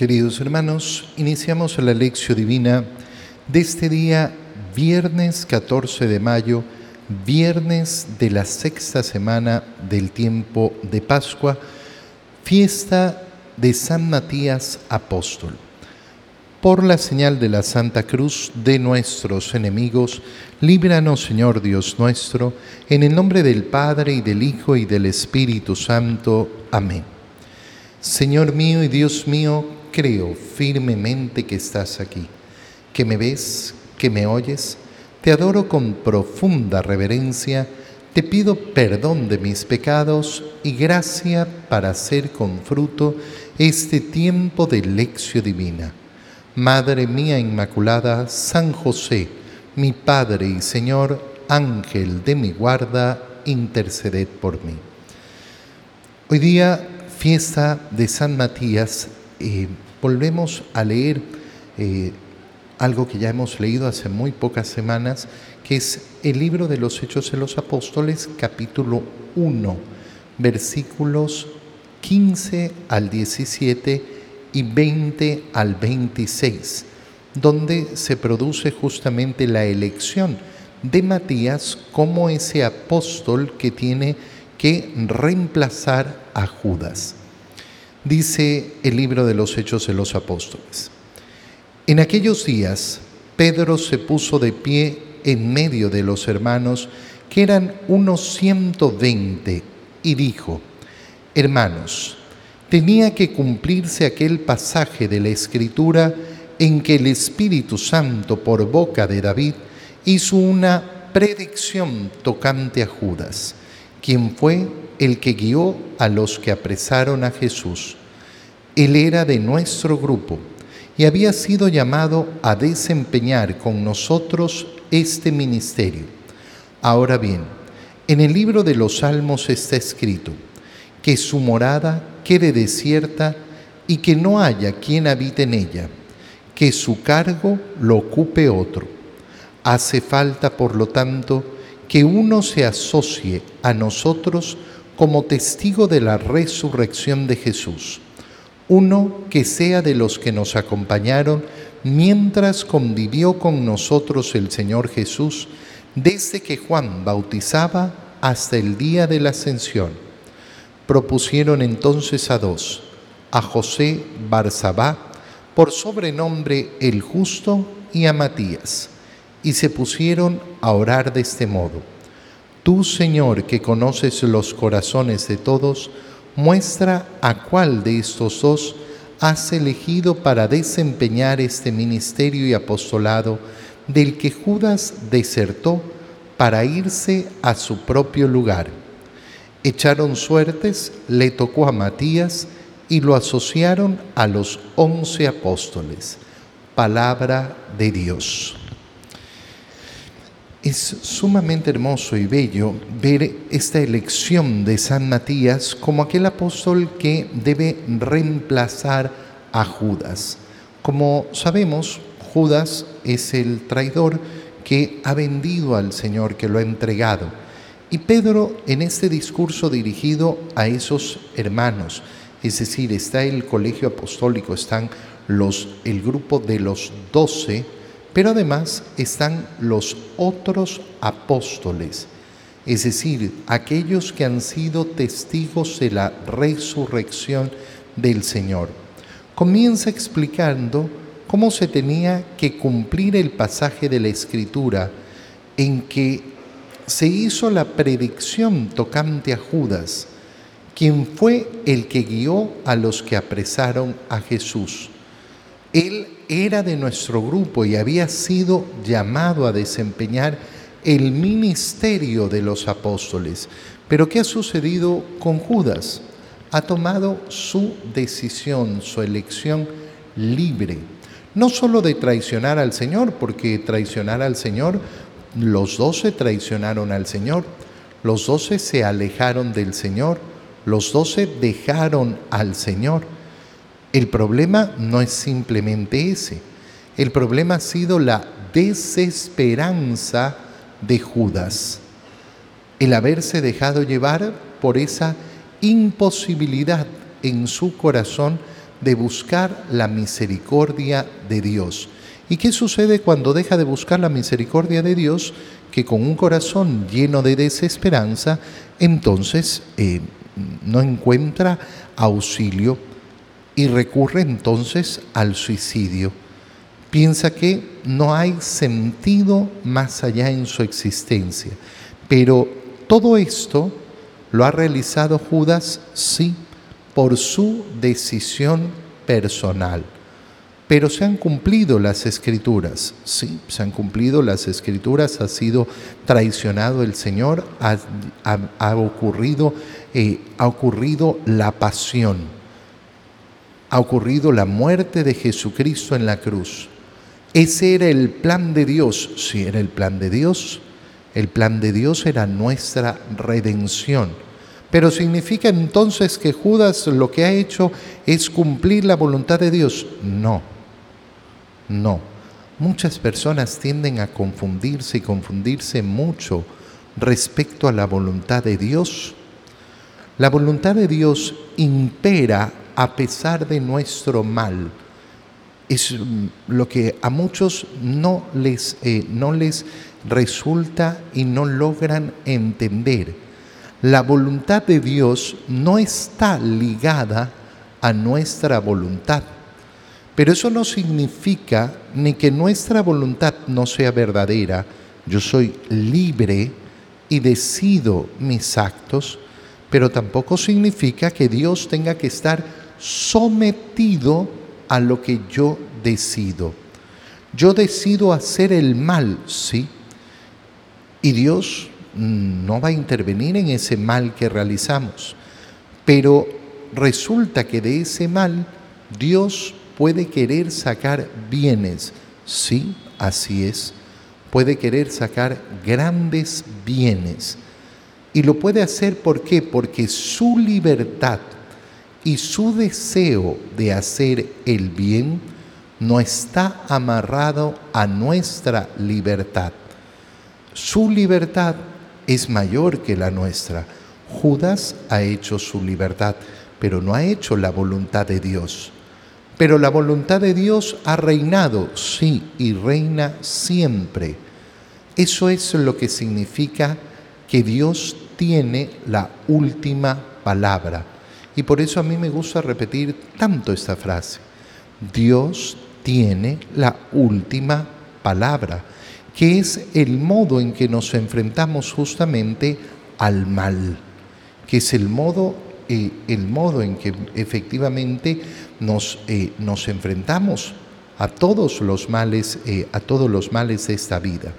Queridos hermanos, iniciamos la lección divina de este día, viernes 14 de mayo, viernes de la sexta semana del tiempo de Pascua, fiesta de San Matías Apóstol. Por la señal de la Santa Cruz de nuestros enemigos, líbranos, Señor Dios nuestro, en el nombre del Padre, y del Hijo, y del Espíritu Santo. Amén. Señor mío y Dios mío, creo firmemente que estás aquí, que me ves, que me oyes. Te adoro con profunda reverencia, te pido perdón de mis pecados y gracia para hacer con fruto este tiempo de lección divina. Madre mía Inmaculada, San José, mi Padre y Señor, Ángel de mi guarda, interceded por mí. Hoy día, fiesta de San Matías, volvemos a leer algo que ya hemos leído hace muy pocas semanas, que es el libro de los Hechos de los Apóstoles, capítulo 1, versículos 15 al 17 y 20 al 26, donde se produce justamente la elección de Matías como ese apóstol que tiene que reemplazar a Judas. Dice el libro de los Hechos de los Apóstoles: En aquellos días, Pedro se puso de pie en medio de los hermanos, que eran unos 120, y dijo: Hermanos, tenía que cumplirse aquel pasaje de la Escritura en que el Espíritu Santo, por boca de David, hizo una predicción tocante a Judas, quien fue el que guió a los que apresaron a Jesús. Él era de nuestro grupo y había sido llamado a desempeñar con nosotros este ministerio. Ahora bien, en el libro de los Salmos está escrito: que su morada quede desierta y que no haya quien habite en ella, que su cargo lo ocupe otro. Hace falta, por lo tanto, que uno se asocie a nosotros como testigo de la resurrección de Jesús, uno que sea de los que nos acompañaron mientras convivió con nosotros el Señor Jesús, desde que Juan bautizaba hasta el día de la ascensión. Propusieron entonces a dos, a José Barsabá, por sobrenombre el Justo, y a Matías, y se pusieron a orar de este modo: Tú, Señor, que conoces los corazones de todos, muestra a cuál de estos dos has elegido para desempeñar este ministerio y apostolado del que Judas desertó para irse a su propio lugar. Echaron suertes, le tocó a Matías y lo asociaron a los 11 apóstoles. Palabra de Dios. Es sumamente hermoso y bello ver esta elección de San Matías como aquel apóstol que debe reemplazar a Judas. Como sabemos, Judas es el traidor que ha vendido al Señor, que lo ha entregado. Y Pedro, en este discurso dirigido a esos hermanos, es decir, está el colegio apostólico, están el grupo de los 12, pero además están los otros apóstoles, es decir, aquellos que han sido testigos de la resurrección del Señor. Comienza explicando cómo se tenía que cumplir el pasaje de la Escritura en que se hizo la predicción tocante a Judas, quien fue el que guió a los que apresaron a Jesús. Él era de nuestro grupo y había sido llamado a desempeñar el ministerio de los apóstoles. Pero ¿qué ha sucedido con Judas? Ha tomado su decisión, su elección libre. No solo de traicionar al Señor, porque traicionar al Señor, los 12 traicionaron al Señor, los 12 se alejaron del Señor, los 12 dejaron al Señor. El problema no es simplemente ese. El problema ha sido la desesperanza de Judas. El haberse dejado llevar por esa imposibilidad en su corazón de buscar la misericordia de Dios. ¿Y qué sucede cuando deja de buscar la misericordia de Dios? Que con un corazón lleno de desesperanza, entonces no encuentra auxilio y recurre entonces al suicidio. Piensa que no hay sentido más allá en su existencia. Pero todo esto lo ha realizado Judas, sí, por su decisión personal. Pero se han cumplido las Escrituras, sí, se han cumplido las Escrituras, ha sido traicionado el Señor, ha ocurrido la pasión, ha ocurrido la muerte de Jesucristo en la cruz. Ese era el plan de Dios, sí, era el plan de Dios. El plan de Dios era nuestra redención. Pero ¿significa entonces que Judas lo que ha hecho es cumplir la voluntad de Dios? No. Muchas personas tienden a confundirse y confundirse mucho respecto a la voluntad de Dios. La voluntad de Dios impera a pesar de nuestro mal. Es lo que a muchos no les resulta y no logran entender. La voluntad de Dios no está ligada a nuestra voluntad. Pero eso no significa ni que nuestra voluntad no sea verdadera. Yo soy libre y decido mis actos, pero tampoco significa que Dios tenga que estar sometido a lo que yo decido. Yo decido hacer el mal, sí, y Dios no va a intervenir en ese mal que realizamos. Pero resulta que de ese mal Dios puede querer sacar bienes. Sí, así es. Puede querer sacar grandes bienes. Y lo puede hacer, ¿por qué? Porque su libertad y su deseo de hacer el bien no está amarrado a nuestra libertad. Su libertad es mayor que la nuestra. Judas ha hecho su libertad, pero no ha hecho la voluntad de Dios. Pero la voluntad de Dios ha reinado, sí, y reina siempre. Eso es lo que significa que Dios tiene la última palabra. Y por eso a mí me gusta repetir tanto esta frase. Dios tiene la última palabra, que es el modo en que nos enfrentamos justamente al mal, que es el modo en que efectivamente nos enfrentamos a todos los males de esta vida.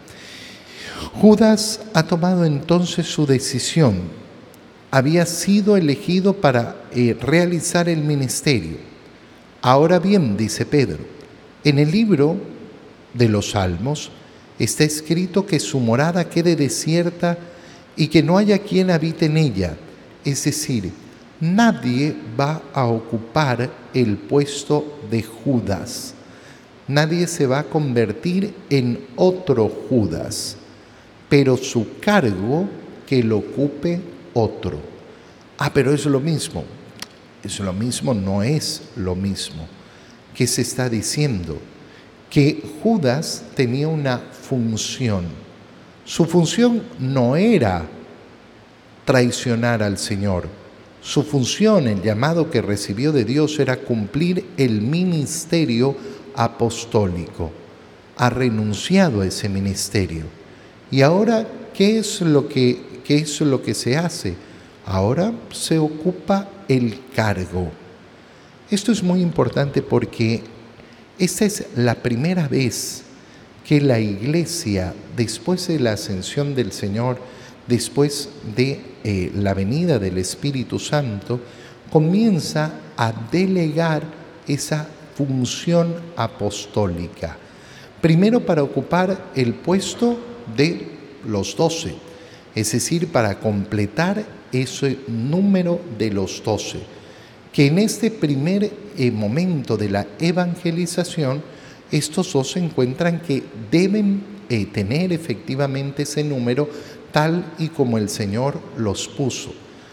Judas ha tomado entonces su decisión. Había sido elegido para realizar el ministerio. Ahora bien, dice Pedro, en el libro de los Salmos está escrito que su morada quede desierta y que no haya quien habite en ella. Es decir, nadie va a ocupar el puesto de Judas. Nadie se va a convertir en otro Judas, pero su cargo que lo ocupe otro. Pero es lo mismo. Es lo mismo, no es lo mismo. ¿Qué se está diciendo? Que Judas tenía una función. Su función no era traicionar al Señor. Su función, el llamado que recibió de Dios, era cumplir el ministerio apostólico. Ha renunciado a ese ministerio. Y ahora, ¿qué es lo que se hace? Ahora se ocupa el cargo. Esto es muy importante porque esta es la primera vez que la Iglesia, después de la ascensión del Señor, después de la venida del Espíritu Santo, comienza a delegar esa función apostólica. Primero para ocupar el puesto de los 12, es decir, para completar ese número de los 12, que en este primer momento de la evangelización, estos 12 encuentran que deben tener efectivamente ese número tal y como el Señor los puso.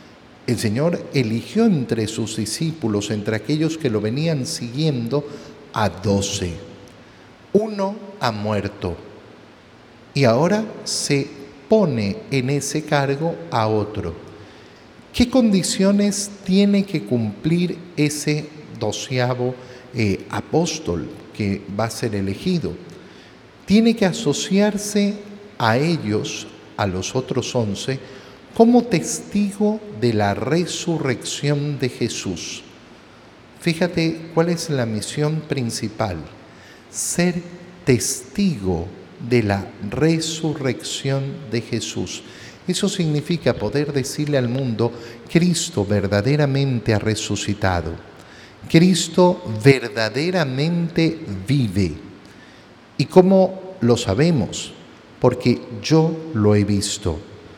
el Señor eligió entre sus discípulos, entre aquellos que lo venían siguiendo, a 12. Uno ha muerto y ahora se pone en ese cargo a otro. ¿Qué condiciones tiene que cumplir ese 12º apóstol que va a ser elegido? Tiene que asociarse a ellos, a los otros 11, como testigo de la resurrección de Jesús. Fíjate cuál es la misión principal: ser testigo de la resurrección de Jesús. Eso significa poder decirle al mundo: Cristo verdaderamente ha resucitado. Cristo verdaderamente vive. ¿Y cómo lo sabemos? Porque yo lo he visto.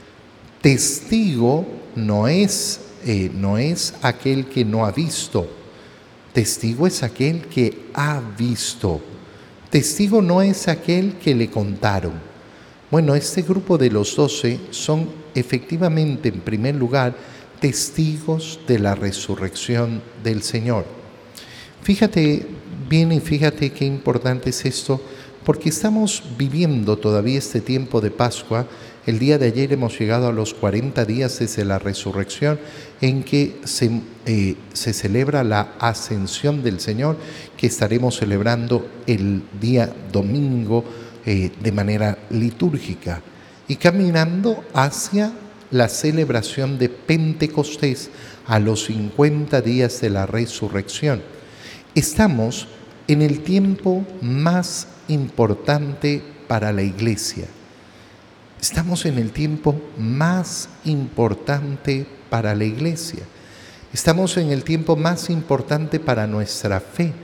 Testigo no es aquel que no ha visto. Testigo es aquel que ha visto. Testigo no es aquel que le contaron. Bueno, este grupo de los 12 son efectivamente, en primer lugar, testigos de la resurrección del Señor. Fíjate bien y fíjate qué importante es esto, porque estamos viviendo todavía este tiempo de Pascua. El día de ayer hemos llegado a los 40 días desde la resurrección, en que se celebra la ascensión del Señor, que estaremos celebrando el día domingo de manera litúrgica, y caminando hacia la celebración de Pentecostés a los 50 días de la resurrección. Estamos en el tiempo más importante para la Iglesia. Estamos en el tiempo más importante para la Iglesia. Estamos en el tiempo más importante para nuestra fe.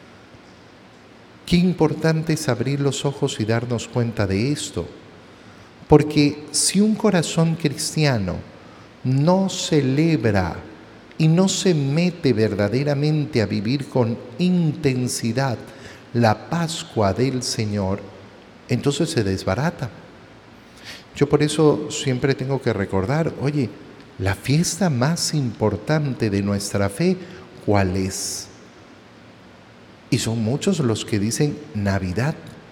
Qué importante es abrir los ojos y darnos cuenta de esto. Porque si un corazón cristiano no celebra y no se mete verdaderamente a vivir con intensidad la Pascua del Señor, entonces se desbarata. Yo por eso siempre tengo que recordar, oye, la fiesta más importante de nuestra fe, ¿cuál es? Y son muchos los que dicen Navidad.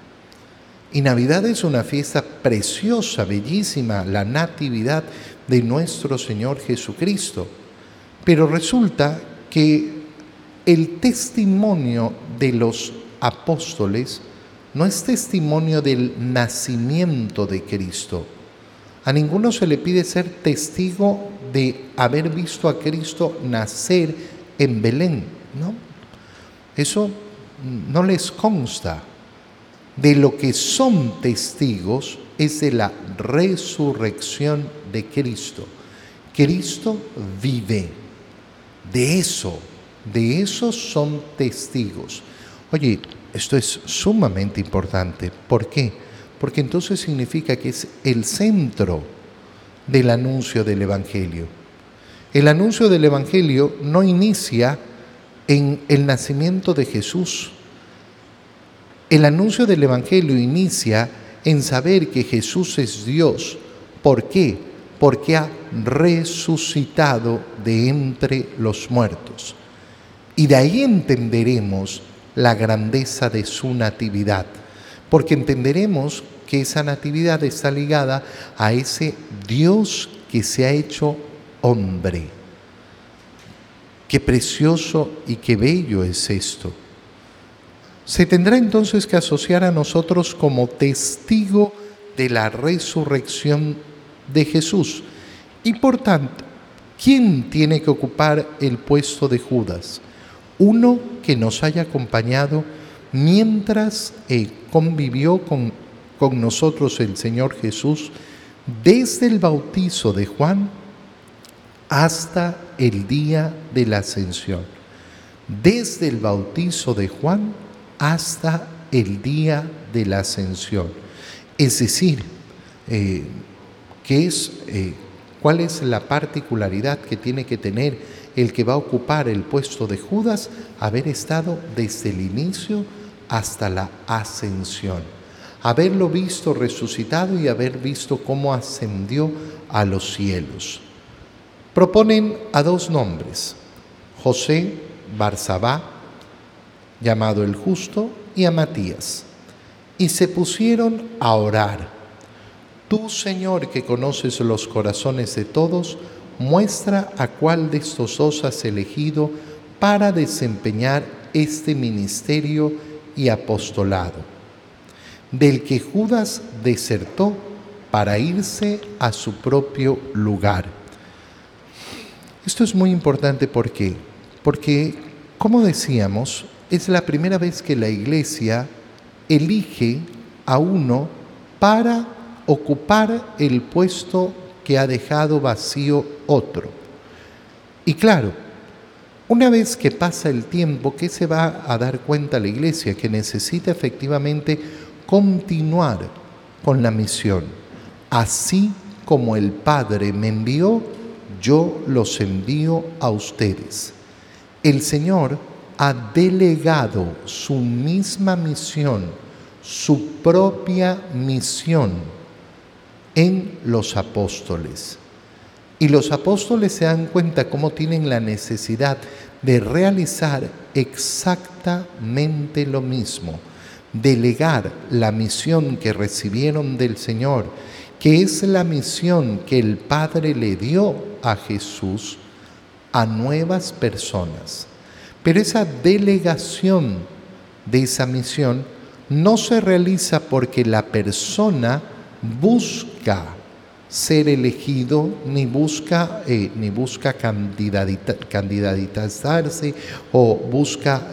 Y Navidad es una fiesta preciosa, bellísima, la natividad de nuestro Señor Jesucristo. Pero resulta que el testimonio de los apóstoles no es testimonio del nacimiento de Cristo. A ninguno se le pide ser testigo de haber visto a Cristo nacer en Belén, ¿no? Eso no les consta. De lo que son testigos es de la resurrección de Cristo. Cristo vive. De eso son testigos. Oye, esto es sumamente importante. ¿Por qué? Porque entonces significa que es el centro del anuncio del Evangelio. El anuncio del Evangelio no inicia en el nacimiento de Jesús. El anuncio del Evangelio inicia en saber que Jesús es Dios. ¿Por qué? Porque ha resucitado de entre los muertos. Y de ahí entenderemos la grandeza de su natividad, porque entenderemos que esa natividad está ligada a ese Dios que se ha hecho hombre. Qué precioso y qué bello es esto. Se tendrá entonces que asociar a nosotros como testigo de la resurrección de Jesús. Y por tanto, ¿quién tiene que ocupar el puesto de Judas? Uno que nos haya acompañado mientras convivió con nosotros el Señor Jesús desde el bautizo de Juan hasta el día de la ascensión. Desde el bautizo de Juan hasta el día de la ascensión. Es decir, ¿cuál es la particularidad que tiene que tener el que va a ocupar el puesto de Judas? Haber estado desde el inicio hasta la ascensión. Haberlo visto resucitado y haber visto cómo ascendió a los cielos. Proponen a dos nombres, José Barsabá, llamado el Justo, y a Matías. Y se pusieron a orar. Tú, Señor, que conoces los corazones de todos, muestra a cuál de estos dos has elegido para desempeñar este ministerio y apostolado, del que Judas desertó para irse a su propio lugar. Esto es muy importante, ¿por qué? Porque, como decíamos, es la primera vez que la Iglesia elige a uno para ocupar el puesto que ha dejado vacío otro. Y claro, una vez que pasa el tiempo, ¿qué se va a dar cuenta la Iglesia? Que necesita efectivamente continuar con la misión. Así como el Padre me envió, yo los envío a ustedes. El Señor ha delegado su misma misión, su propia misión en los apóstoles. Y los apóstoles se dan cuenta cómo tienen la necesidad de realizar exactamente lo mismo, delegar la misión que recibieron del Señor, que es la misión que el Padre le dio a Jesús, a nuevas personas. Pero esa delegación de esa misión no se realiza porque la persona busca ser elegido, ni busca candidatarse o busca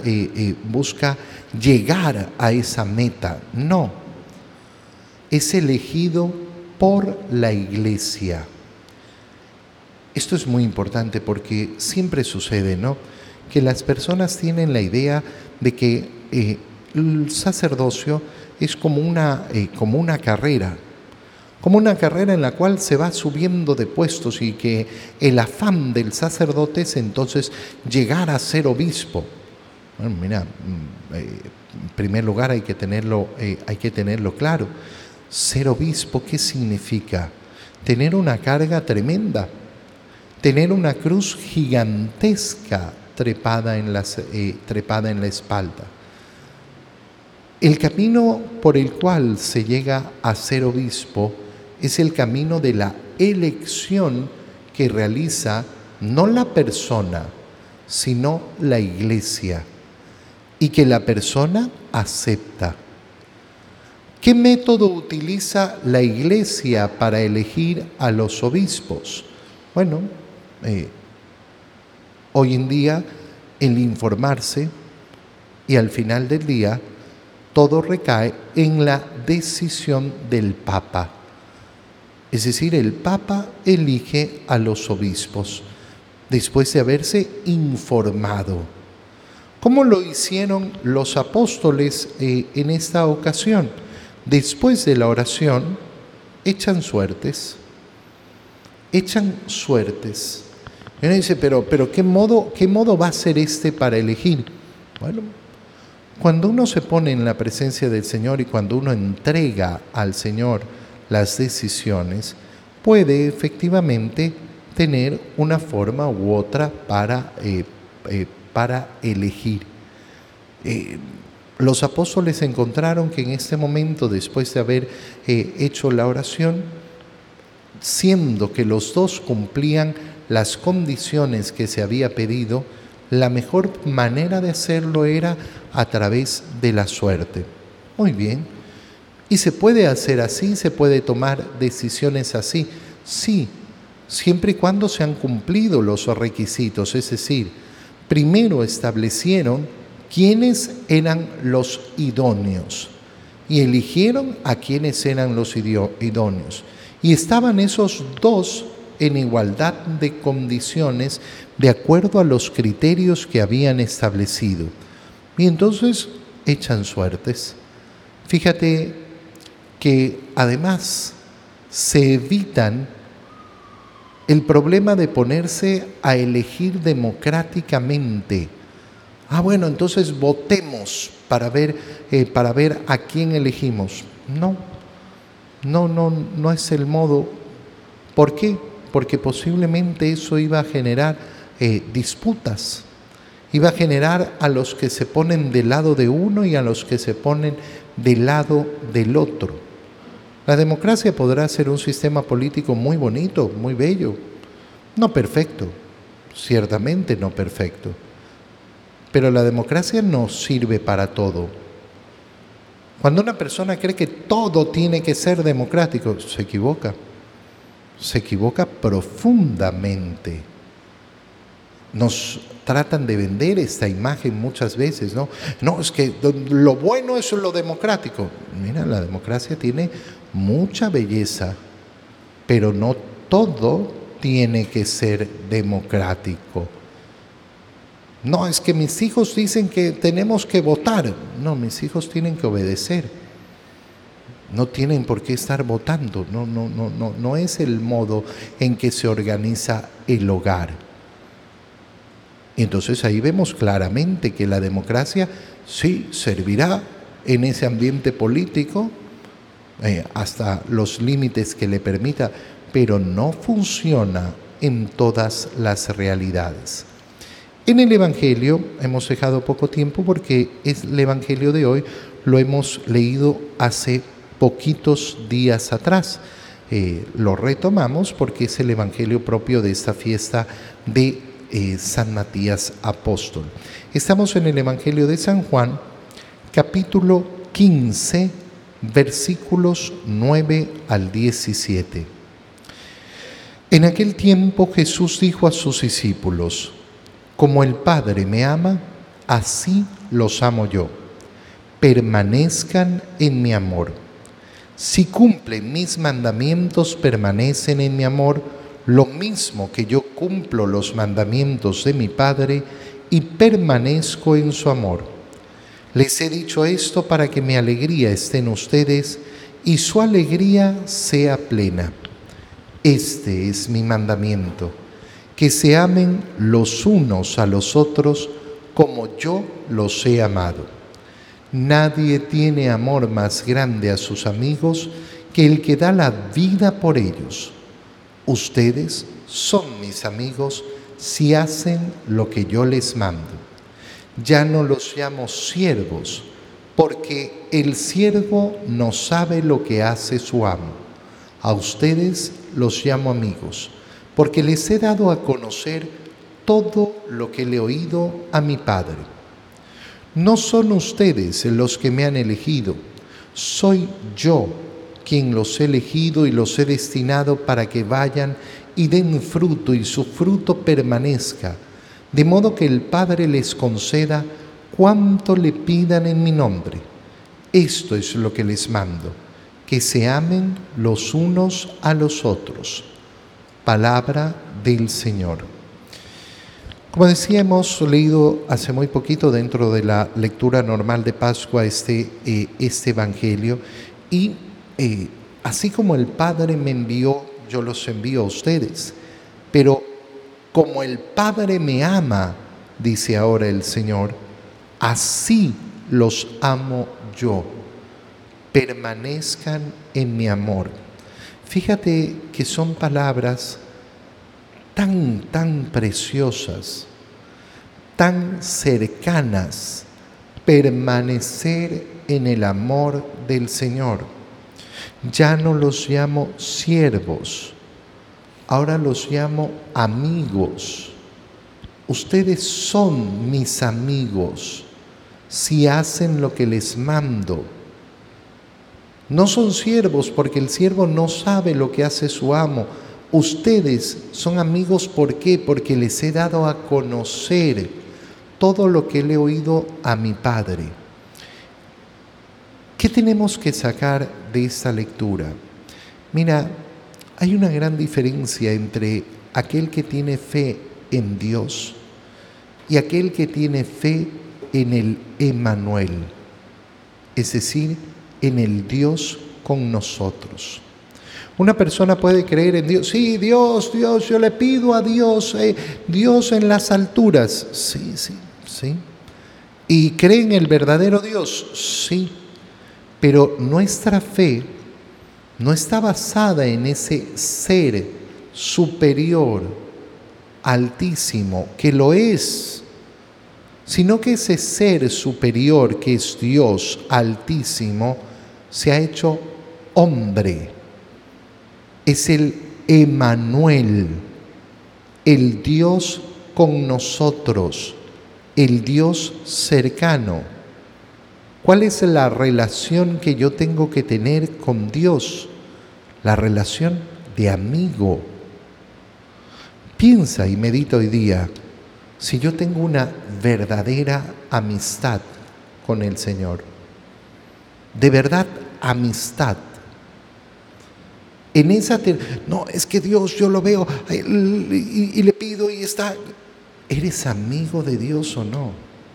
llegar a esa meta. No, es elegido por la Iglesia. Esto es muy importante porque siempre sucede, ¿no?, que las personas tienen la idea de que el sacerdocio es como una carrera, en la cual se va subiendo de puestos y que el afán del sacerdote es entonces llegar a ser obispo. Bueno, mira, en primer lugar hay que tenerlo claro. Ser obispo, ¿qué significa? Tener una carga tremenda, tener una cruz gigantesca trepada en la espalda. El camino por el cual se llega a ser obispo es el camino de la elección que realiza no la persona, sino la Iglesia, y que la persona acepta. ¿Qué método utiliza la Iglesia para elegir a los obispos? Bueno, hoy en día el informarse, y al final del día todo recae en la decisión del Papa. Es decir, el Papa elige a los obispos después de haberse informado. ¿Cómo lo hicieron los apóstoles en esta ocasión? Después de la oración, echan suertes. Y uno dice, pero ¿qué modo va a ser este para elegir? Bueno, cuando uno se pone en la presencia del Señor y cuando uno entrega al Señor las decisiones, puede efectivamente tener una forma u otra para elegir. Los apóstoles encontraron que en este momento, después de haber hecho la oración, siendo que los dos cumplían las condiciones que se había pedido, la mejor manera de hacerlo era a través de la suerte. Muy bien. ¿Y se puede hacer así? ¿Se puede tomar decisiones así? Sí, siempre y cuando se han cumplido los requisitos. Es decir, primero establecieron quiénes eran los idóneos y eligieron a quiénes eran los idóneos. Y estaban esos dos en igualdad de condiciones de acuerdo a los criterios que habían establecido. Y entonces echan suertes. Fíjate que además se evitan el problema de ponerse a elegir democráticamente. Bueno, entonces votemos para ver a quién elegimos. No es el modo. ¿Por qué? porque posiblemente eso iba a generar disputas, iba a generar a los que se ponen del lado de uno y a los que se ponen del lado del otro. La democracia podrá ser un sistema político muy bonito, muy bello, no perfecto, ciertamente no perfecto, pero la democracia no sirve para todo. Cuando una persona cree que todo tiene que ser democrático, se equivoca profundamente. Nos tratan de vender esta imagen muchas veces, ¿no? No, es que lo bueno es lo democrático. Mira, la democracia tiene mucha belleza, pero no todo tiene que ser democrático. No, es que mis hijos dicen que tenemos que votar. No, mis hijos tienen que obedecer. No tienen por qué estar votando. No es el modo en que se organiza el hogar. Y entonces ahí vemos claramente que la democracia sí servirá en ese ambiente político hasta los límites que le permita, pero no funciona en todas las realidades. En el Evangelio hemos dejado poco tiempo porque el Evangelio de hoy lo hemos leído hace poquitos días atrás. Lo retomamos porque es el Evangelio propio de esta fiesta de San Matías Apóstol. Estamos en el Evangelio de San Juan, capítulo 15, versículos 9 al 17. En aquel tiempo Jesús dijo a sus discípulos: como el Padre me ama, así los amo yo. Permanezcan en mi amor. Si cumplen mis mandamientos, permanecen en mi amor, lo mismo que yo cumplo los mandamientos de mi Padre y permanezco en su amor. Les he dicho esto para que mi alegría esté en ustedes y su alegría sea plena. Este es mi mandamiento: que se amen los unos a los otros como yo los he amado. Nadie tiene amor más grande a sus amigos que el que da la vida por ellos. Ustedes son mis amigos si hacen lo que yo les mando. Ya no los llamo siervos, porque el siervo no sabe lo que hace su amo. A ustedes los llamo amigos, porque les he dado a conocer todo lo que le he oído a mi Padre. No son ustedes los que me han elegido, soy yo quien los he elegido y los he destinado para que vayan y den fruto y su fruto permanezca, de modo que el Padre les conceda cuanto le pidan en mi nombre. Esto es lo que les mando, que se amen los unos a los otros. Palabra del Señor. Como decía, hemos leído hace muy poquito dentro de la lectura normal de Pascua este Evangelio y así como el Padre me envió, yo los envío a ustedes. Pero como el Padre me ama, dice ahora el Señor, así los amo yo. Permanezcan en mi amor. Fíjate que son palabras tan preciosas, tan cercanas. Permanecer en el amor del Señor. Ya no los llamo siervos, ahora los llamo amigos. Ustedes son mis amigos si hacen lo que les mando. No son siervos porque el siervo no sabe lo que hace su amo. Ustedes son amigos, ¿por qué? Porque les he dado a conocer todo lo que le he oído a mi Padre. ¿Qué tenemos que sacar de esta lectura? Mira, hay una gran diferencia entre aquel que tiene fe en Dios y aquel que tiene fe en el Emmanuel, es decir, en el Dios con nosotros. Una persona puede creer en Dios. Sí, Dios, yo le pido a Dios, Dios en las alturas. Sí. ¿Y cree en el verdadero Dios? Sí. Pero nuestra fe no está basada en ese ser superior, altísimo, que lo es, sino que ese ser superior que es Dios altísimo se ha hecho hombre. Es el Emmanuel, el Dios con nosotros, el Dios cercano. ¿Cuál es la relación que yo tengo que tener con Dios? La relación de amigo. Piensa y medita hoy día, si yo tengo una verdadera amistad con el Señor, de verdad amistad, en esa, no, es que Dios yo lo veo y le pido y está, ¿eres amigo de Dios o no?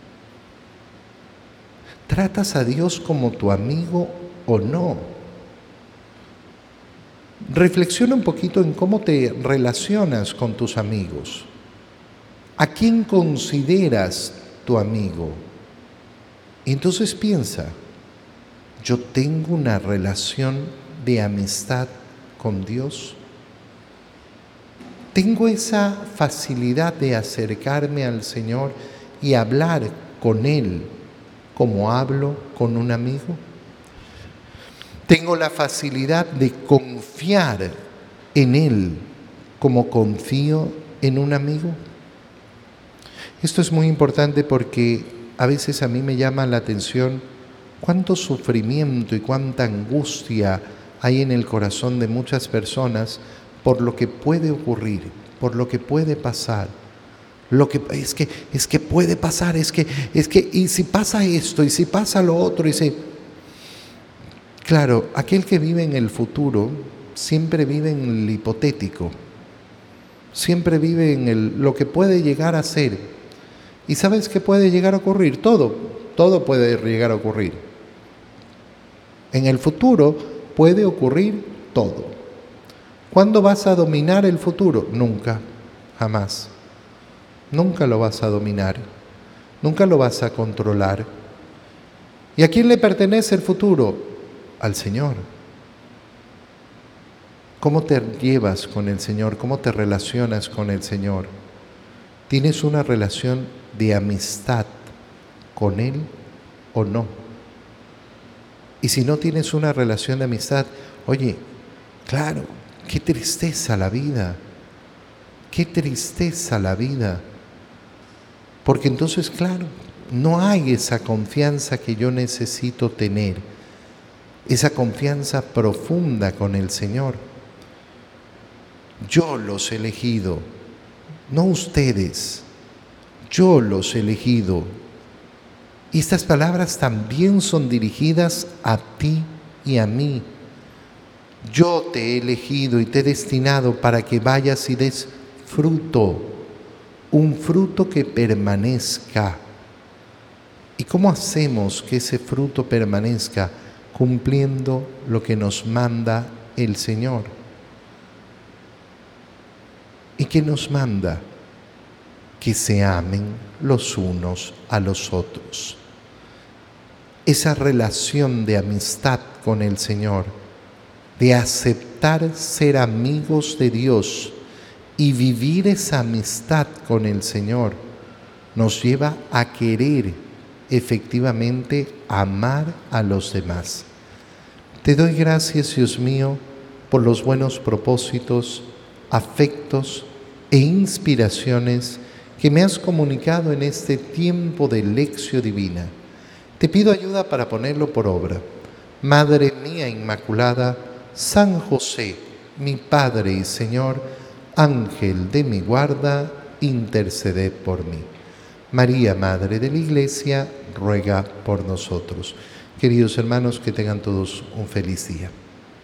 ¿Tratas a Dios como tu amigo o no? Reflexiona un poquito en cómo te relacionas con tus amigos. ¿A quién consideras tu amigo? Y entonces piensa, ¿yo tengo una relación de amistad con Dios? ¿Tengo esa facilidad de acercarme al Señor y hablar con Él como hablo con un amigo? ¿Tengo la facilidad de confiar en Él como confío en un amigo? Esto es muy importante porque a veces a mí me llama la atención cuánto sufrimiento y cuánta angustia hay en el corazón de muchas personas por lo que puede ocurrir, por lo que puede pasar. Es que puede pasar, y si pasa esto, y si pasa lo otro, Claro, aquel que vive en el futuro siempre vive en el hipotético, siempre vive en lo que puede llegar a ser. ¿Y sabes qué puede llegar a ocurrir? Todo puede llegar a ocurrir. En el futuro puede ocurrir todo. ¿Cuándo vas a dominar el futuro? Nunca, jamás. Nunca lo vas a dominar, nunca lo vas a controlar. ¿Y a quién le pertenece el futuro? Al Señor. ¿Cómo te llevas con el Señor? ¿Cómo te relacionas con el Señor? ¿Tienes una relación de amistad con Él o no? Y si no tienes una relación de amistad, oye, claro, qué tristeza la vida. Qué tristeza la vida. Porque entonces, claro, no hay esa confianza que yo necesito tener, esa confianza profunda con el Señor. Yo los he elegido, no ustedes, yo los he elegido. Y estas palabras también son dirigidas a ti y a mí. Yo te he elegido y te he destinado para que vayas y des fruto, un fruto que permanezca. ¿Y cómo hacemos que ese fruto permanezca? Cumpliendo lo que nos manda el Señor. ¿Y qué nos manda? Que se amen los unos a los otros. Esa relación de amistad con el Señor, de aceptar ser amigos de Dios y vivir esa amistad con el Señor, nos lleva a querer efectivamente amar a los demás. Te doy gracias, Dios mío, por los buenos propósitos, afectos e inspiraciones que me has comunicado en este tiempo de Lección Divina. Te pido ayuda para ponerlo por obra. Madre mía Inmaculada, San José, mi Padre y Señor, Ángel de mi guarda, interceded por mí. María, Madre de la Iglesia, ruega por nosotros. Queridos hermanos, que tengan todos un feliz día.